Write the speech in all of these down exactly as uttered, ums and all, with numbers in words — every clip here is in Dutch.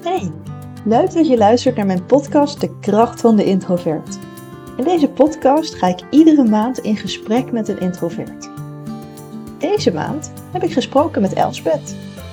Hey, leuk dat je luistert naar mijn podcast De Kracht van de Introvert. In deze podcast ga ik iedere maand in gesprek met een introvert. Deze maand heb ik gesproken met Elsbeth.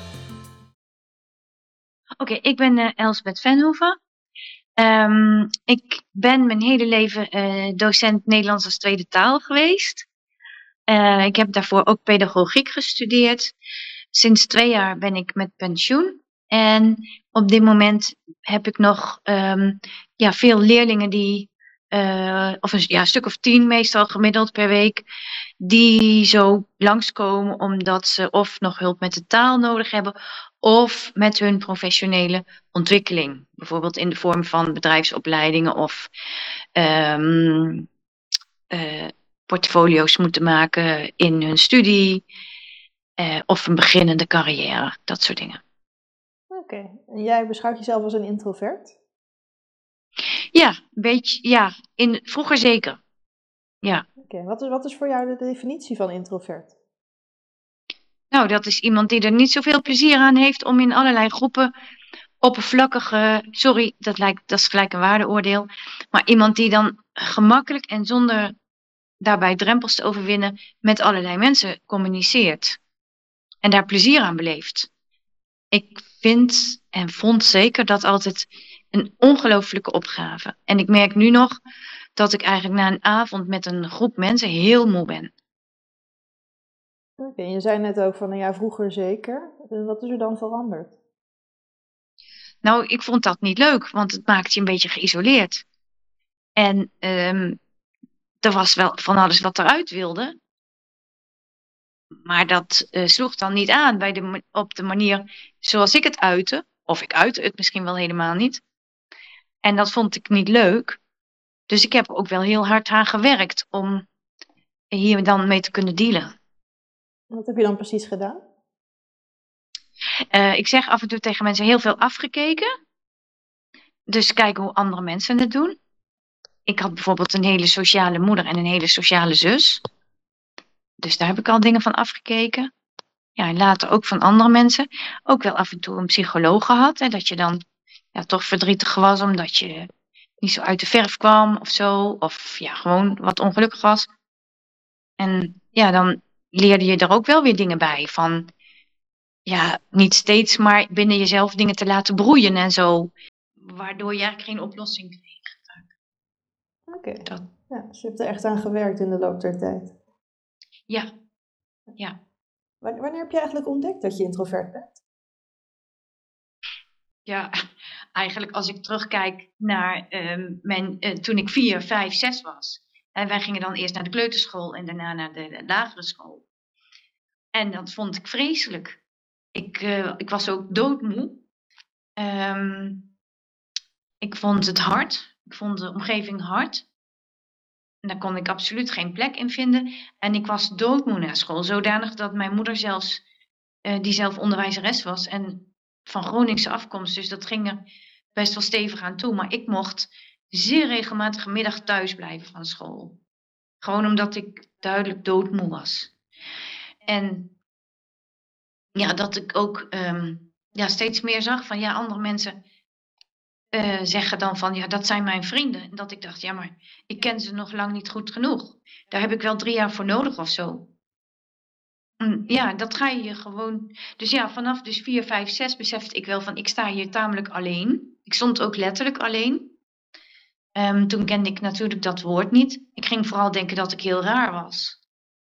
Oké, okay, ik ben uh, Elsbeth Venhoeven. Um, ik ben mijn hele leven uh, docent Nederlands als tweede taal geweest. Uh, ik heb daarvoor ook pedagogiek gestudeerd. Sinds twee jaar ben ik met pensioen. En op dit moment heb ik nog um, ja, veel leerlingen die, uh, of een ja, stuk of tien meestal gemiddeld per week, die zo langskomen omdat ze of nog hulp met de taal nodig hebben of met hun professionele ontwikkeling. Bijvoorbeeld in de vorm van bedrijfsopleidingen of um, uh, portfolio's moeten maken in hun studie uh, of een beginnende carrière, dat soort dingen. Oké, okay. En jij beschouwt jezelf als een introvert? Ja, een beetje, ja, in, vroeger zeker. Ja. Oké, okay. wat, is, wat is voor jou de definitie van introvert? Nou, dat is iemand die er niet zoveel plezier aan heeft om in allerlei groepen oppervlakkige, sorry, dat, lijkt, dat is gelijk een waardeoordeel, maar iemand die dan gemakkelijk en zonder daarbij drempels te overwinnen met allerlei mensen communiceert en daar plezier aan beleeft. Ik vind en vond zeker dat altijd een ongelooflijke opgave. En ik merk nu nog dat ik eigenlijk na een avond met een groep mensen heel moe ben. Oké, okay, je zei net ook van, nou ja, vroeger zeker. Wat is er dan veranderd? Nou, ik vond dat niet leuk, want het maakt je een beetje geïsoleerd. En um, er was wel van alles wat eruit wilde. Maar dat uh, sloeg dan niet aan bij de, op de manier zoals ik het uitte. Of ik uitte het misschien wel helemaal niet. En dat vond ik niet leuk. Dus ik heb er ook wel heel hard aan gewerkt om hier dan mee te kunnen dealen. Wat heb je dan precies gedaan? Uh, ik zeg af en toe tegen mensen heel veel afgekeken. Dus kijken hoe andere mensen het doen. Ik had bijvoorbeeld een hele sociale moeder en een hele sociale zus. Dus daar heb ik al dingen van afgekeken. Ja, en later ook van andere mensen. Ook wel af en toe een psycholoog gehad. Hè, dat je dan ja, toch verdrietig was omdat je niet zo uit de verf kwam of zo. Of ja, gewoon wat ongelukkig was. En ja, dan leerde je er ook wel weer dingen bij. Van ja, niet steeds maar binnen jezelf dingen te laten broeien en zo. Waardoor je eigenlijk geen oplossing kreeg. Oké, okay. Ja, dus je hebt er echt aan gewerkt in de loop der tijd. Ja, ja. Wanneer heb je eigenlijk ontdekt dat je introvert bent? Ja, eigenlijk als ik terugkijk naar um, mijn, uh, toen ik vier, vijf, zes was. En wij gingen dan eerst naar de kleuterschool en daarna naar de, de lagere school. En dat vond ik vreselijk. Ik, uh, ik was ook doodmoe. Um, ik vond het hard. Ik vond de omgeving hard. En daar kon ik absoluut geen plek in vinden. En ik was doodmoe naar school. Zodanig dat mijn moeder zelfs, uh, die zelf onderwijzeres was en van Groningse afkomst. Dus dat ging er best wel stevig aan toe. Maar ik mocht zeer regelmatig een middag thuis blijven van school. Gewoon omdat ik duidelijk doodmoe was. En ja, dat ik ook um, ja, steeds meer zag van ja, andere mensen uh, zeggen dan van ja, dat zijn mijn vrienden. En dat ik dacht, ja, maar ik ken ze nog lang niet goed genoeg. Daar heb ik wel drie jaar voor nodig of zo. Ja, dat ga je gewoon. Dus ja, vanaf dus vier, vijf, zes besefte ik wel van ik sta hier tamelijk alleen. Ik stond ook letterlijk alleen. Um, toen kende ik natuurlijk dat woord niet. Ik ging vooral denken dat ik heel raar was.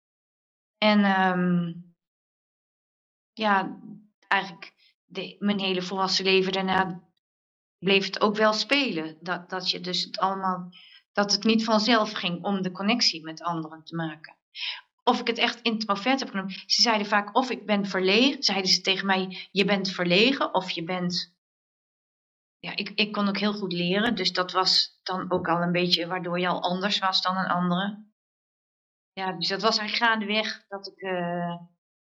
En um, ja, eigenlijk de, mijn hele volwassen leven daarna bleef het ook wel spelen. Dat, dat je dus het allemaal, dat het niet vanzelf ging om de connectie met anderen te maken. Of ik het echt introvert heb genoemd. Ze zeiden vaak of ik ben verlegen. Zeiden ze tegen mij, je bent verlegen of je bent... Ja, ik, ik kon ook heel goed leren. Dus dat was dan ook al een beetje waardoor je al anders was dan een andere. Ja, dus dat was eigenlijk gaandeweg dat ik, uh,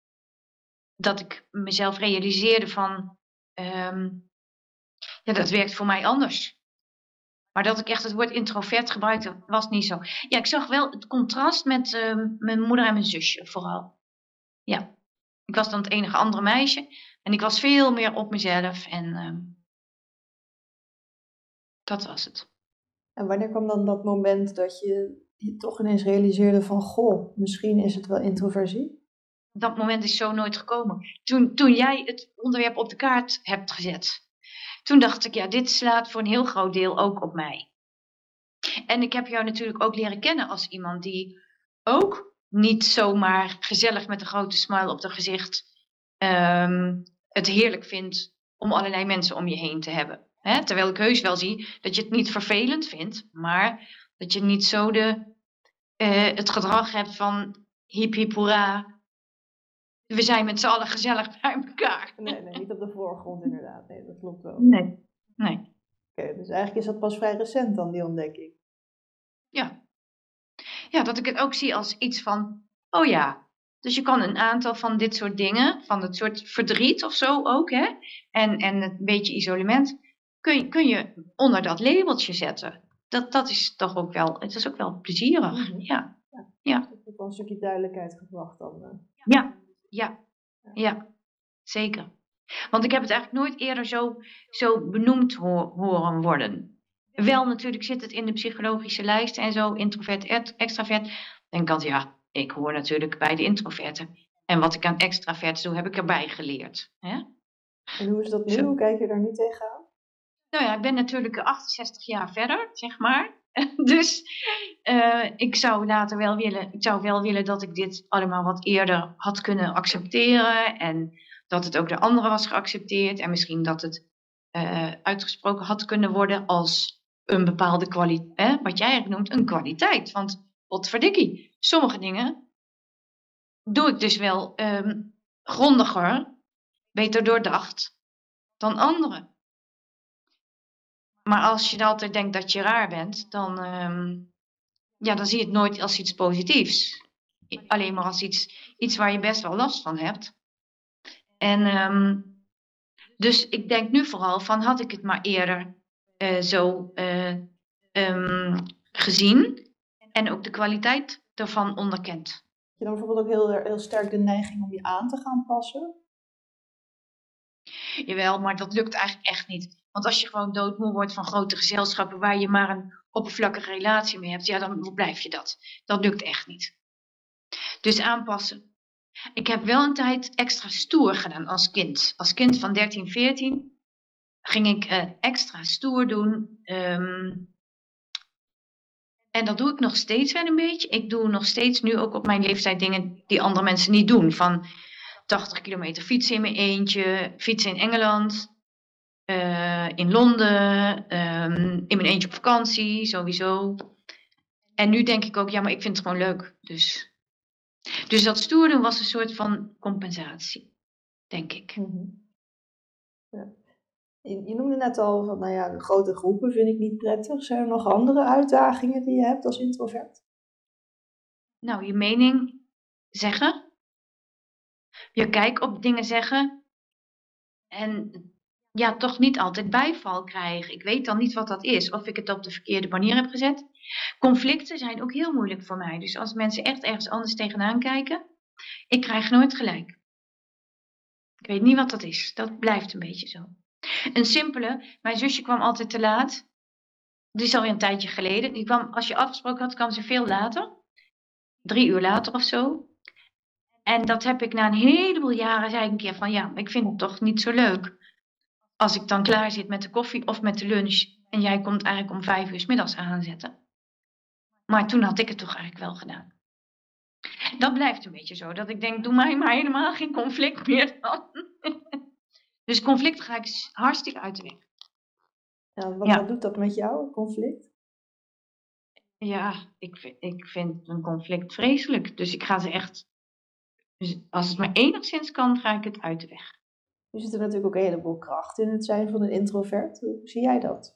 dat ik mezelf realiseerde van... Um, ja, dat werkt voor mij anders. Maar dat ik echt het woord introvert gebruikte, was niet zo. Ja, ik zag wel het contrast met uh, mijn moeder en mijn zusje vooral. Ja, ik was dan het enige andere meisje. En ik was veel meer op mezelf. En uh, Dat was het. En wanneer kwam dan dat moment dat je je toch ineens realiseerde van, goh, misschien is het wel introversie? Dat moment is zo nooit gekomen. Toen, toen jij het onderwerp op de kaart hebt gezet, toen dacht ik, ja, dit slaat voor een heel groot deel ook op mij. En ik heb jou natuurlijk ook leren kennen als iemand die ook niet zomaar gezellig met een grote smile op het gezicht um, het heerlijk vindt om allerlei mensen om je heen te hebben. Hè? Terwijl ik heus wel zie dat je het niet vervelend vindt, maar dat je niet zo de, uh, het gedrag hebt van hip hip hoera. We zijn met z'n allen gezellig bij elkaar. Nee, nee, niet op de voorgrond inderdaad. Nee, dat klopt wel. Nee, nee. Oké, okay, dus eigenlijk is dat pas vrij recent dan, die ontdekking. Ja. Ja, dat ik het ook zie als iets van, oh ja, dus je kan een aantal van dit soort dingen, van het soort verdriet of zo ook, hè, en, en een beetje isolement, kun je, kun je onder dat labeltje zetten. Dat, dat is toch ook wel, het is ook wel plezierig, mm-hmm. ja. Ja, ja. Dat heeft wel een stukje duidelijkheid gebracht dan. Uh. Ja, ja, ja, zeker. Want ik heb het eigenlijk nooit eerder zo, zo benoemd ho- horen worden. Wel, natuurlijk zit het in de psychologische lijst en zo, introvert, extravert. Denk ik altijd, ja, ik hoor natuurlijk bij de introverten. En wat ik aan extravert doe, heb ik erbij geleerd. Hè? En hoe is dat nu? Zo. Hoe kijk je daar nu tegenaan? Nou ja, ik ben natuurlijk achtenzestig jaar verder, zeg maar. Dus uh, ik zou later wel willen, ik zou wel willen dat ik dit allemaal wat eerder had kunnen accepteren. En dat het ook door anderen was geaccepteerd. En misschien dat het uh, uitgesproken had kunnen worden als een bepaalde kwaliteit, wat jij eigenlijk noemt, een kwaliteit. Want potverdikkie, sommige dingen doe ik dus wel um, grondiger, beter doordacht dan andere. Maar als je altijd denkt dat je raar bent, dan, um, ja, dan zie je het nooit als iets positiefs. Alleen maar als iets, iets waar je best wel last van hebt. En um, dus ik denk nu vooral van, had ik het maar eerder uh, zo uh, um, gezien en ook de kwaliteit ervan onderkend. Heb je dan bijvoorbeeld ook heel, heel sterk de neiging om je aan te gaan passen? Jawel, maar dat lukt eigenlijk echt niet. Want als je gewoon doodmoe wordt van grote gezelschappen waar je maar een oppervlakkige relatie mee hebt, ja, dan blijf je dat. Dat lukt echt niet. Dus aanpassen. Ik heb wel een tijd extra stoer gedaan als kind. Als kind van dertien, veertien ging ik uh, extra stoer doen. Um, en dat doe ik nog steeds wel een beetje. Ik doe nog steeds nu ook op mijn leeftijd dingen die andere mensen niet doen. Van tachtig kilometer fietsen in mijn eentje, fietsen in Engeland, uh, in Londen, um, in mijn eentje op vakantie, sowieso. En nu denk ik ook, ja, maar ik vind het gewoon leuk. Dus, dus dat stoer doen was een soort van compensatie, denk ik. Mm-hmm. Ja. Je, je noemde net al van, nou ja, de grote groepen vind ik niet prettig. Zijn er nog andere uitdagingen die je hebt als introvert? Nou, je mening zeggen. Je kijk op dingen zeggen. En ja, toch niet altijd bijval krijgen. Ik weet dan niet wat dat is. Of ik het op de verkeerde manier heb gezet. Conflicten zijn ook heel moeilijk voor mij. Dus als mensen echt ergens anders tegenaan kijken. Ik krijg nooit gelijk. Ik weet niet wat dat is. Dat blijft een beetje zo. Een simpele. Mijn zusje kwam altijd te laat. Die is alweer een tijdje geleden. Die kwam, als je afgesproken had, kwam ze veel later. Drie uur later of zo. En dat heb ik na een heleboel jaren, zei ik een keer van, ja, ik vind het toch niet zo leuk. Als ik dan klaar zit met de koffie of met de lunch. En jij komt eigenlijk om vijf uur 's middags aanzetten. Maar toen had ik het toch eigenlijk wel gedaan. Dat blijft een beetje zo. Dat ik denk, doe mij maar helemaal geen conflict meer dan. Dus conflict ga ik hartstikke uit de weg. Ja, wat, ja. wat doet dat met jou, conflict? Ja, ik, ik vind een conflict vreselijk. Dus ik ga ze echt... Dus als het maar enigszins kan, ga ik het uit de weg. Er zit er natuurlijk ook een heleboel kracht in het zijn van een introvert. Hoe zie jij dat?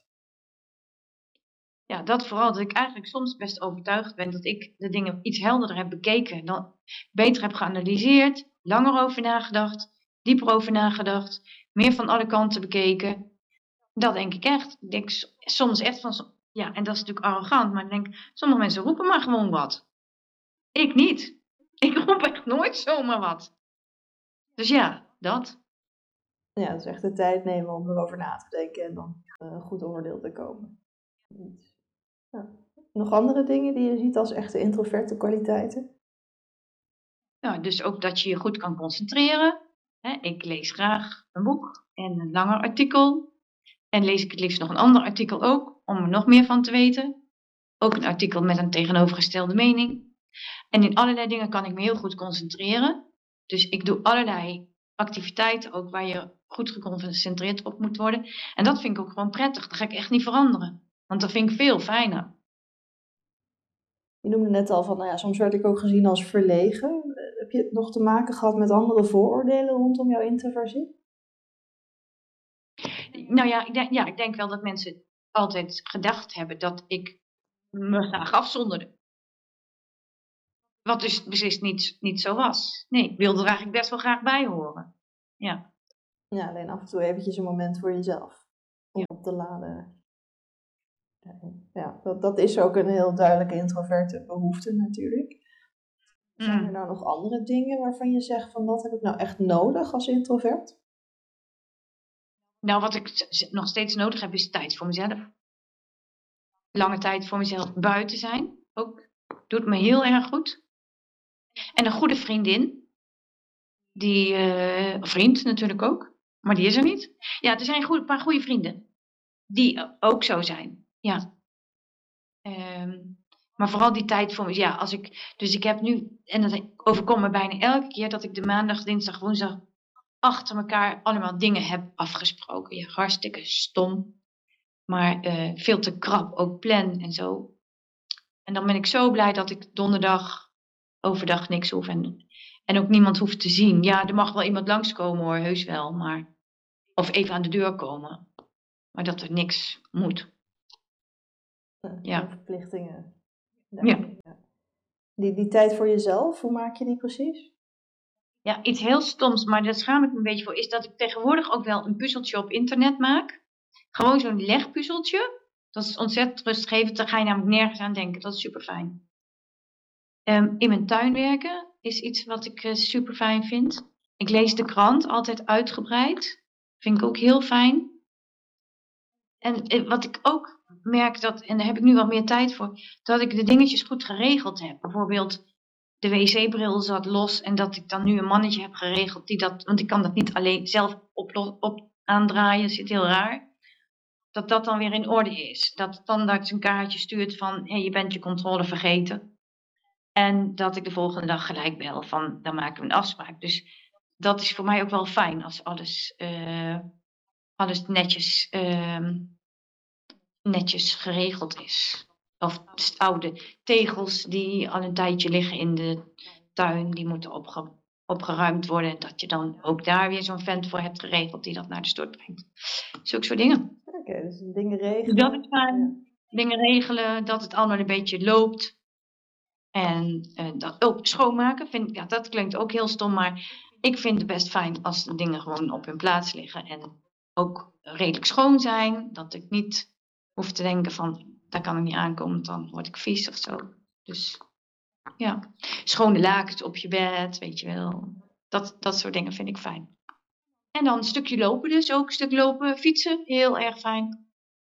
Ja, dat vooral. Dat ik eigenlijk soms best overtuigd ben dat ik de dingen iets helderder heb bekeken. Dan beter heb geanalyseerd, langer over nagedacht, dieper over nagedacht, meer van alle kanten bekeken. Dat denk ik echt. Ik denk soms echt van... Ja, en dat is natuurlijk arrogant, maar ik denk, sommige mensen roepen maar gewoon wat. Ik niet. Ik roep echt nooit zomaar wat. Dus ja, dat. Ja, dus echt de tijd nemen om erover na te denken en dan een goed oordeel te komen. Ja. Nog andere dingen die je ziet als echte introverte kwaliteiten? Nou, dus ook dat je je goed kan concentreren. Hè, ik lees graag een boek en een langer artikel. En lees ik het liefst nog een ander artikel ook, om er nog meer van te weten. Ook een artikel met een tegenovergestelde mening. En in allerlei dingen kan ik me heel goed concentreren. Dus ik doe allerlei activiteiten ook waar je goed geconcentreerd op moet worden. En dat vind ik ook gewoon prettig. Dat ga ik echt niet veranderen. Want dat vind ik veel fijner. Je noemde net al van, nou ja, soms werd ik ook gezien als verlegen. Eh, Heb je nog te maken gehad met andere vooroordelen rondom jouw introversie? Nou ja, ik denk, ja, ik denk wel dat mensen altijd gedacht hebben dat ik me graag afzonderde. Wat dus beslist niet, niet zo was. Nee, ik wilde er eigenlijk best wel graag bij horen. Ja. Ja, alleen af en toe eventjes een moment voor jezelf. Om Ja. op te laden. Ja, dat, dat is ook een heel duidelijke introverte behoefte natuurlijk. Zijn er Mm. nou nog andere dingen waarvan je zegt van dat heb ik nou echt nodig als introvert? Nou, wat ik s- nog steeds nodig heb is tijd voor mezelf. Lange tijd voor mezelf buiten zijn. Ook doet me heel erg goed. En een goede vriendin. Die, eh, vriend natuurlijk ook. Maar die is er niet. Ja, er zijn goed- een paar goede vrienden. Die eh, ook zo zijn. Ja. Ehm, maar vooral die tijd voor me. Ja, als ik. Dus ik heb nu. En dat overkomt me bijna elke keer dat ik de maandag, dinsdag, woensdag achter elkaar allemaal dingen heb afgesproken. Ja, hartstikke stom. Maar eh, veel te krap ook plan en zo. En dan ben ik zo blij dat ik donderdag overdag niks hoef. En, en ook niemand hoeft te zien. Ja, er mag wel iemand langskomen hoor, heus wel. Maar, of even aan de deur komen. Maar dat er niks moet. Ja, Ja. geen verplichtingen. Ja. Ja. Die, die tijd voor jezelf, hoe maak je die precies? Ja, iets heel stoms, maar daar schaam ik me een beetje voor, is dat ik tegenwoordig ook wel een puzzeltje op internet maak. Gewoon zo'n legpuzzeltje. Dat is ontzettend rustgevend, daar ga je namelijk nergens aan denken. Dat is super fijn. Um, in mijn tuin werken is iets wat ik uh, super fijn vind. Ik lees de krant altijd uitgebreid. Vind ik ook heel fijn. En uh, wat ik ook merk, dat, en daar heb ik nu wat meer tijd voor, dat ik de dingetjes goed geregeld heb. Bijvoorbeeld de wc-bril zat los en dat ik dan nu een mannetje heb geregeld die dat, want ik kan dat niet alleen zelf op, op aandraaien, zit heel raar. Dat dat dan weer in orde is. Dat het tandarts een kaartje stuurt van, hé, hey, je bent je controle vergeten. En dat ik de volgende dag gelijk bel van, dan maken we een afspraak. Dus dat is voor mij ook wel fijn als alles, uh, alles netjes, uh, netjes geregeld is. Of oude tegels die al een tijdje liggen in de tuin, die moeten opge, opgeruimd worden. Dat je dan ook daar weer zo'n vent voor hebt geregeld die dat naar de stort brengt. Zulke soort dingen. Oké, okay, dus dingen regelen. Dus dat is fijn. Ja. Dingen regelen, dat het allemaal een beetje loopt. En uh, dat ook schoonmaken, vind, ja, dat klinkt ook heel stom, maar ik vind het best fijn als de dingen gewoon op hun plaats liggen en ook redelijk schoon zijn. Dat ik niet hoef te denken van, daar kan ik niet aankomen, dan word ik vies of zo. Dus ja, schone lakens op je bed, weet je wel. Dat, dat soort dingen vind ik fijn. En dan een stukje lopen dus, ook een stuk lopen, fietsen, heel erg fijn.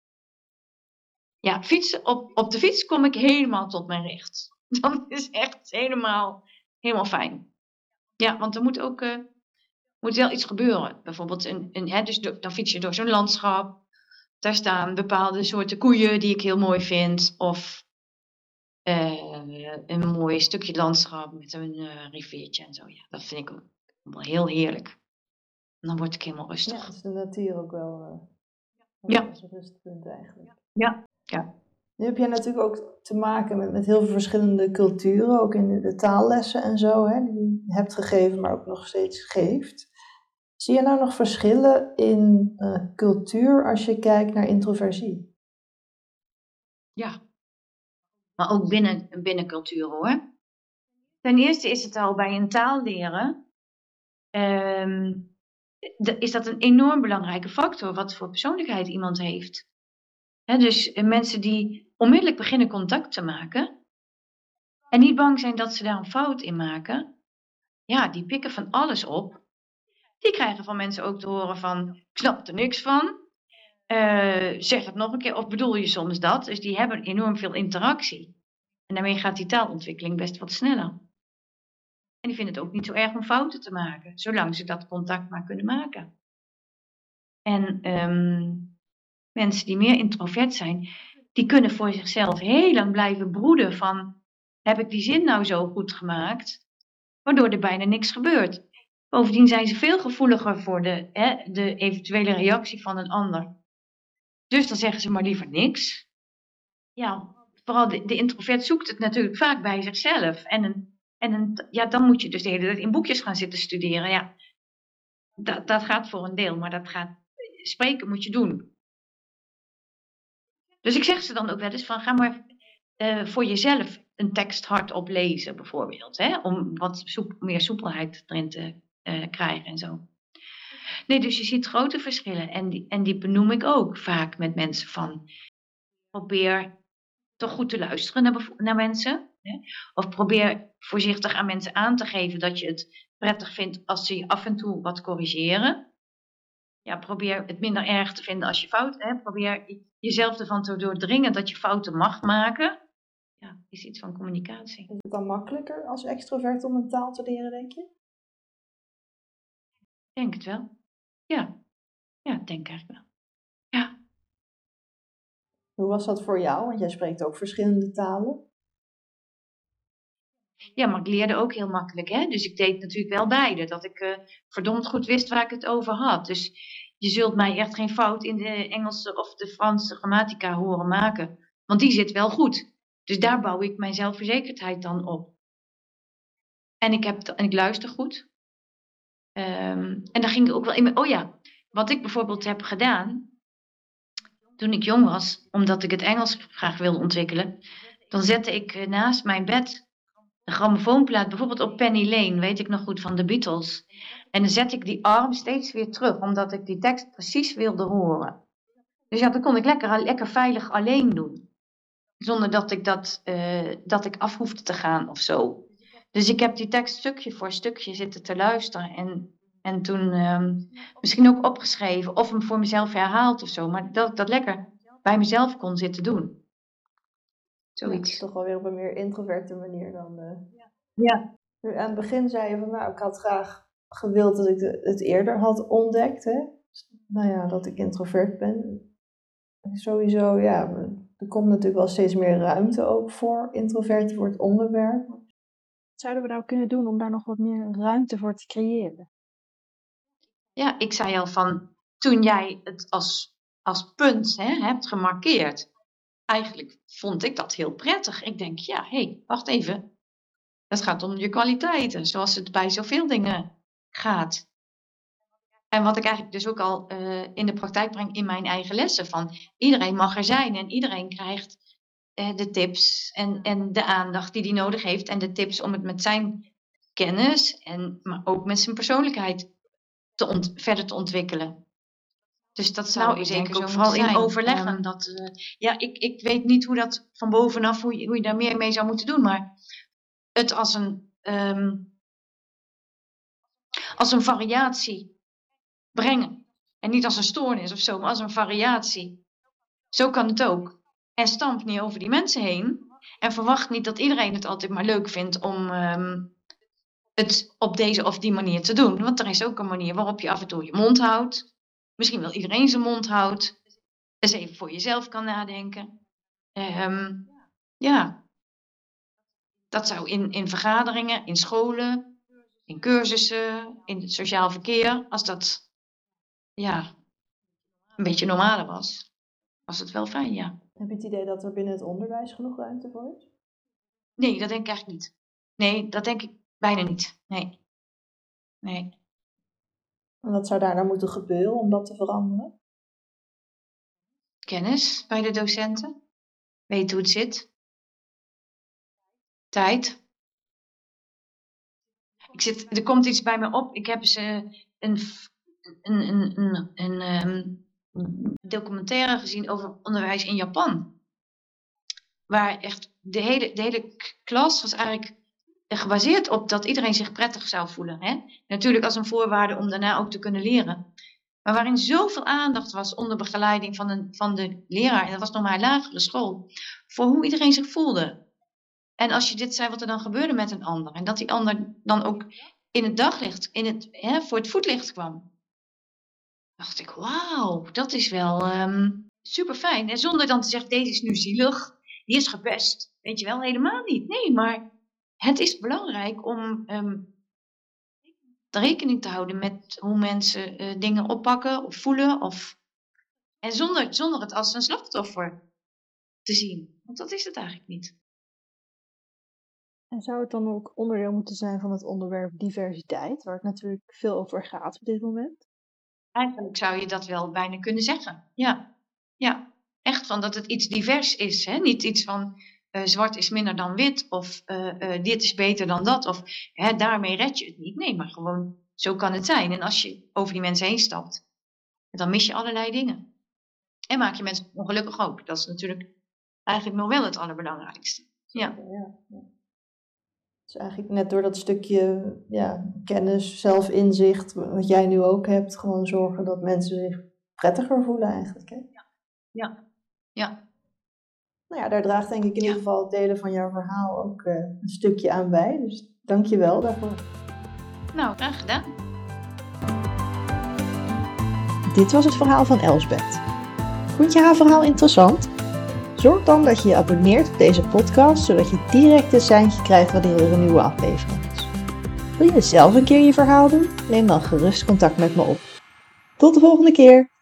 Ja, fietsen, op, op de fiets kom ik helemaal tot mijn recht. Dat is echt helemaal, helemaal fijn. Ja, want er moet ook uh, moet wel iets gebeuren. Bijvoorbeeld, een, een, hè, dus do, dan fiets je door zo'n landschap. Daar staan bepaalde soorten koeien die ik heel mooi vind. Of uh, een mooi stukje landschap met een uh, riviertje en zo. Ja, dat vind ik ook wel heel heerlijk. En dan word ik helemaal rustig. Ja, is de natuur ook wel uh, ja. een rustpunt eigenlijk. Ja, ja. Nu heb jij natuurlijk ook te maken met, met heel veel verschillende culturen, ook in de, de taallessen en zo, hè, die je hebt gegeven, maar ook nog steeds geeft. Zie je nou nog verschillen in uh, cultuur als je kijkt naar introversie? Ja, maar ook binnen, binnen cultuur hoor. Ten eerste is het al bij een taal leren, um, de, is dat een enorm belangrijke factor, wat voor persoonlijkheid iemand heeft. He, dus uh, mensen die onmiddellijk beginnen contact te maken en niet bang zijn dat ze daar een fout in maken, ja, die pikken van alles op. Die krijgen van mensen ook te horen van, ik snap er niks van. Uh, zeg het nog een keer, of bedoel je soms dat? Dus die hebben enorm veel interactie. En daarmee gaat die taalontwikkeling best wat sneller. En die vinden het ook niet zo erg om fouten te maken, zolang ze dat contact maar kunnen maken. En um, mensen die meer introvert zijn, die kunnen voor zichzelf heel lang blijven broeden van, heb ik die zin nou zo goed gemaakt? Waardoor er bijna niks gebeurt. Bovendien zijn ze veel gevoeliger voor de, hè, de eventuele reactie van een ander. Dus dan zeggen ze maar liever niks. Ja, vooral de, de introvert zoekt het natuurlijk vaak bij zichzelf. En, een, en een, ja, dan moet je dus de hele tijd in boekjes gaan zitten studeren. Ja, dat, dat gaat voor een deel, maar dat gaat, spreken moet je doen. Dus ik zeg ze dan ook wel eens van, ga maar uh, voor jezelf een tekst hardop lezen bijvoorbeeld. Hè, om wat soep, meer soepelheid erin te uh, krijgen en zo. Nee, dus je ziet grote verschillen. En die, en die benoem ik ook vaak met mensen van, probeer toch goed te luisteren naar, naar mensen. Hè? Of probeer voorzichtig aan mensen aan te geven dat je het prettig vindt als ze je af en toe wat corrigeren. Ja, probeer het minder erg te vinden als je fout hebt. Probeer jezelf ervan te doordringen dat je fouten mag maken. Ja, is iets van communicatie. Is het dan makkelijker als extrovert om een taal te leren, denk je? Ik denk het wel. Ja, ja, ik denk eigenlijk wel. Ja. Hoe was dat voor jou? Want jij spreekt ook verschillende talen. Ja, maar ik leerde ook heel makkelijk, hè. Dus ik deed natuurlijk wel beide. Dat ik uh, verdomd goed wist waar ik het over had. Dus je zult mij echt geen fout in de Engelse of de Franse grammatica horen maken. Want die zit wel goed. Dus daar bouw ik mijn zelfverzekerdheid dan op. En ik, heb t- en ik luister goed. Um, en dan ging ik ook wel in mijn... Oh ja, wat ik bijvoorbeeld heb gedaan toen ik jong was, omdat ik het Engels graag wilde ontwikkelen, dan zette ik naast mijn bed de grammofoonplaat, bijvoorbeeld op Penny Lane, weet ik nog goed, van de Beatles. En dan zet ik die arm steeds weer terug, omdat ik die tekst precies wilde horen. Dus ja, dan kon ik lekker, lekker veilig alleen doen. Zonder dat ik, dat, uh, dat ik af hoefde te gaan of zo. Dus ik heb die tekst stukje voor stukje zitten te luisteren. En, en toen um, misschien ook opgeschreven of hem voor mezelf herhaald of zo. Maar dat ik dat lekker bij mezelf kon zitten doen. Zoiets. Ja, toch wel weer op een meer introverte manier dan... Uh... Ja. Nu, aan het begin zei je van, nou, ik had graag gewild dat ik het eerder had ontdekt. Hè? Nou ja, dat ik introvert ben. Sowieso, ja, er komt natuurlijk wel steeds meer ruimte ook voor introverten, voor het onderwerp. Wat zouden we nou kunnen doen om daar nog wat meer ruimte voor te creëren? Ja, ik zei al van, toen jij het als, als punt hè, hebt gemarkeerd, eigenlijk vond ik dat heel prettig. Ik denk, ja, hé, hey, wacht even. Het gaat om je kwaliteiten, zoals het bij zoveel dingen gaat. En wat ik eigenlijk dus ook al uh, in de praktijk breng in mijn eigen lessen. Van iedereen mag er zijn en iedereen krijgt uh, de tips en, en de aandacht die hij nodig heeft. En de tips om het met zijn kennis, en, maar ook met zijn persoonlijkheid te ont- verder te ontwikkelen. Dus dat zou nou, ik zeker ook vooral in overleggen. Um, dat, uh, ja, ik, ik weet niet hoe dat van bovenaf, hoe je, hoe je daar meer mee zou moeten doen. Maar het als een, um, als een variatie brengen. En niet als een stoornis of zo, maar als een variatie. Zo kan het ook. En stamp niet over die mensen heen. En verwacht niet dat iedereen het altijd maar leuk vindt om um, het op deze of die manier te doen. Want er is ook een manier waarop je af en toe je mond houdt. Misschien wel iedereen zijn mond houdt. Dus even voor jezelf kan nadenken. Um, ja. Dat zou in, in vergaderingen, in scholen, in cursussen, in het sociaal verkeer, als dat ja, een beetje normaler was, was het wel fijn, ja. Heb je het idee dat er binnen het onderwijs genoeg ruimte voor is? Nee, dat denk ik eigenlijk niet. Nee, dat denk ik bijna niet. Nee. Nee. En wat zou daar dan moeten gebeuren om dat te veranderen? Kennis bij de docenten. Weten hoe het zit. Tijd. Ik zit, er komt iets bij me op. Ik heb eens uh, een, een, een, een, een um, documentaire gezien over onderwijs in Japan. Waar echt de hele, de hele klas was eigenlijk gebaseerd op dat iedereen zich prettig zou voelen. Hè? Natuurlijk als een voorwaarde om daarna ook te kunnen leren. Maar waarin zoveel aandacht was onder begeleiding van, een, van de leraar. En dat was nog maar een lagere school. Voor hoe iedereen zich voelde. En als je dit zei, wat er dan gebeurde met een ander. En dat die ander dan ook in het daglicht, in het, hè, voor het voetlicht kwam. Dacht ik, wauw, dat is wel um, super fijn. En zonder dan te zeggen, deze is nu zielig. Die is gepest. Weet je wel, helemaal niet. Nee, maar het is belangrijk om um, rekening te houden met hoe mensen uh, dingen oppakken of voelen. Of... En zonder, zonder het als een slachtoffer te zien. Want dat is het eigenlijk niet. En zou het dan ook onderdeel moeten zijn van het onderwerp diversiteit, waar het natuurlijk veel over gaat op dit moment? Eigenlijk zou je dat wel bijna kunnen zeggen. Ja, ja. Echt van dat het iets divers is. Hè? Niet iets van uh, zwart is minder dan wit of uh, uh, dit is beter dan dat. Of hè, daarmee red je het niet. Nee, maar gewoon zo kan het zijn. En als je over die mensen heen stapt, dan mis je allerlei dingen. En maak je mensen ongelukkig ook. Dat is natuurlijk eigenlijk nog wel het allerbelangrijkste. Ja. Ja, ja. Dus eigenlijk net door dat stukje ja, kennis, zelfinzicht, wat jij nu ook hebt, gewoon zorgen dat mensen zich prettiger voelen eigenlijk. Hè? Ja, ja, ja. Nou ja, daar draagt denk ik in ja. ieder geval het delen van jouw verhaal ook uh, een stukje aan bij. Dus dank je wel daarvoor. Nou, graag gedaan. Dit was het verhaal van Elsbeth. Vond je haar verhaal interessant? Zorg dan dat je je abonneert op deze podcast, zodat je direct een seintje krijgt wanneer er een nieuwe aflevering is. Wil je zelf een keer je verhaal doen? Neem dan gerust contact met me op. Tot de volgende keer!